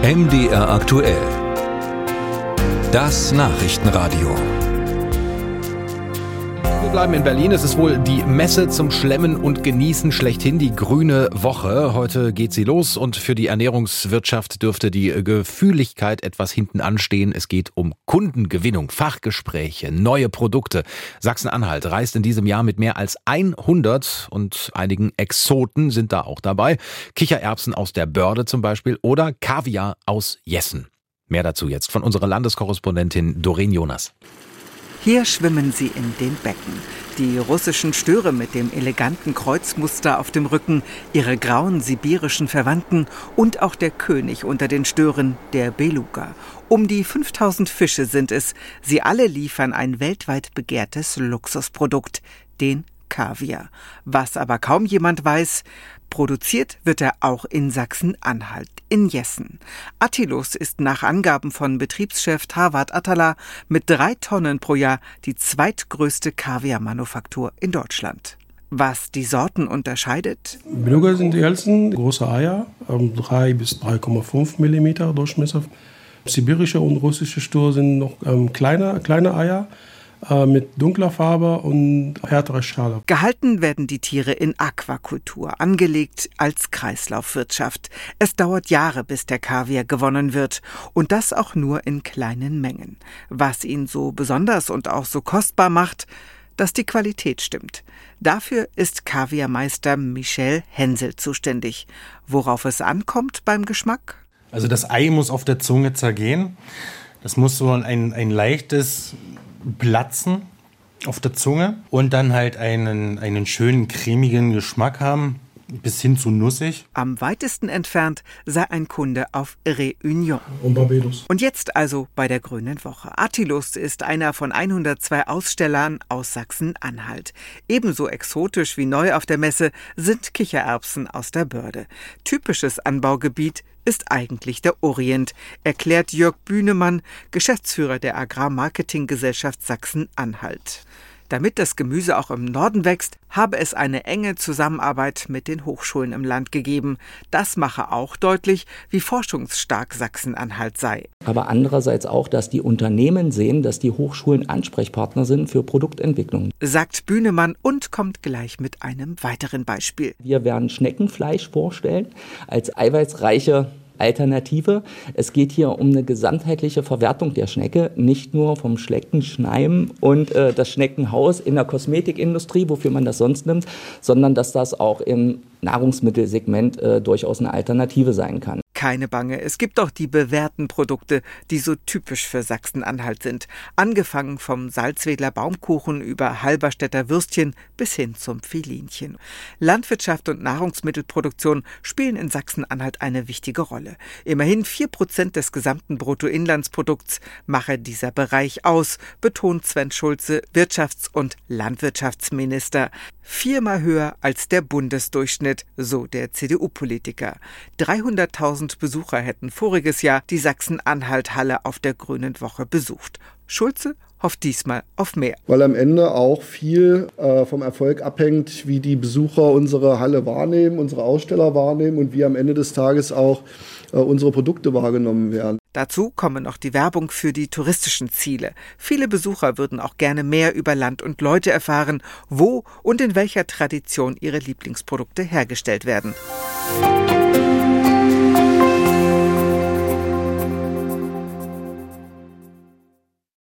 MDR aktuell. Das Nachrichtenradio. Wir bleiben in Berlin. Es ist wohl die Messe zum Schlemmen und Genießen schlechthin, die Grüne Woche. Heute geht sie los und für die Ernährungswirtschaft dürfte die Gefühligkeit etwas hinten anstehen. Es geht um Kundengewinnung, Fachgespräche, neue Produkte. Sachsen-Anhalt reist in diesem Jahr mit mehr als 100 und einigen Exoten sind da auch dabei. Kichererbsen aus der Börde zum Beispiel oder Kaviar aus Jessen. Mehr dazu jetzt von unserer Landeskorrespondentin Doreen Jonas. Hier schwimmen sie in den Becken. Die russischen Störe mit dem eleganten Kreuzmuster auf dem Rücken, ihre grauen sibirischen Verwandten und auch der König unter den Stören, der Beluga. Um die 5000 Fische sind es. Sie alle liefern ein weltweit begehrtes Luxusprodukt, den Kaviar. Was aber kaum jemand weiß: produziert wird er auch in Sachsen-Anhalt, in Jessen. Attilus ist nach Angaben von Betriebschef Harvard Attala mit 3 Tonnen pro Jahr die zweitgrößte Kaviarmanufaktur in Deutschland. Was die Sorten unterscheidet? Beluga sind die hellsten, große Eier, 3 bis 3,5 mm Durchmesser. Sibirische und russische Störe sind noch kleine Eier, mit dunkler Farbe und härterer Schale. Gehalten werden die Tiere in Aquakultur, angelegt als Kreislaufwirtschaft. Es dauert Jahre, bis der Kaviar gewonnen wird. Und das auch nur in kleinen Mengen. Was ihn so besonders und auch so kostbar macht: dass die Qualität stimmt. Dafür ist Kaviarmeister Michel Hensel zuständig. Worauf es ankommt beim Geschmack? Also das Ei muss auf der Zunge zergehen. Das muss so ein leichtes Platzen auf der Zunge und dann halt einen schönen cremigen Geschmack haben, bis hin zu nussig. Am weitesten entfernt sei ein Kunde auf Réunion. Und Barbados. Und jetzt also bei der Grünen Woche. Attilus ist einer von 102 Ausstellern aus Sachsen-Anhalt. Ebenso exotisch wie neu auf der Messe sind Kichererbsen aus der Börde. Typisches Anbaugebiet ist eigentlich der Orient, erklärt Jörg Bühnemann, Geschäftsführer der Agrarmarketinggesellschaft Sachsen-Anhalt. Damit das Gemüse auch im Norden wächst, habe es eine enge Zusammenarbeit mit den Hochschulen im Land gegeben. Das mache auch deutlich, wie forschungsstark Sachsen-Anhalt sei. Aber andererseits auch, dass die Unternehmen sehen, dass die Hochschulen Ansprechpartner sind für Produktentwicklung. Sagt Bühnemann und kommt gleich mit einem weiteren Beispiel. Wir werden Schneckenfleisch vorstellen als eiweißreiche Alternative. Es geht hier um eine gesamtheitliche Verwertung der Schnecke, nicht nur vom Schneckenschneim und das Schneckenhaus in der Kosmetikindustrie, wofür man das sonst nimmt, sondern dass das auch im Nahrungsmittelsegment durchaus eine Alternative sein kann. Keine Bange, es gibt auch die bewährten Produkte, die so typisch für Sachsen-Anhalt sind. Angefangen vom Salzwedler Baumkuchen über Halberstädter Würstchen bis hin zum Filinchen. Landwirtschaft und Nahrungsmittelproduktion spielen in Sachsen-Anhalt eine wichtige Rolle. Immerhin 4% des gesamten Bruttoinlandsprodukts mache dieser Bereich aus, betont Sven Schulze, Wirtschafts- und Landwirtschaftsminister. 4-mal höher als der Bundesdurchschnitt, so der CDU-Politiker. 300.000 Besucher hätten voriges Jahr die Sachsen-Anhalt-Halle auf der Grünen Woche besucht. Schulze hofft diesmal auf mehr. Weil am Ende auch viel vom Erfolg abhängt, wie die Besucher unsere Halle wahrnehmen, unsere Aussteller wahrnehmen und wie am Ende des Tages auch unsere Produkte wahrgenommen werden. Dazu komme noch die Werbung für die touristischen Ziele. Viele Besucher würden auch gerne mehr über Land und Leute erfahren, wo und in welcher Tradition ihre Lieblingsprodukte hergestellt werden.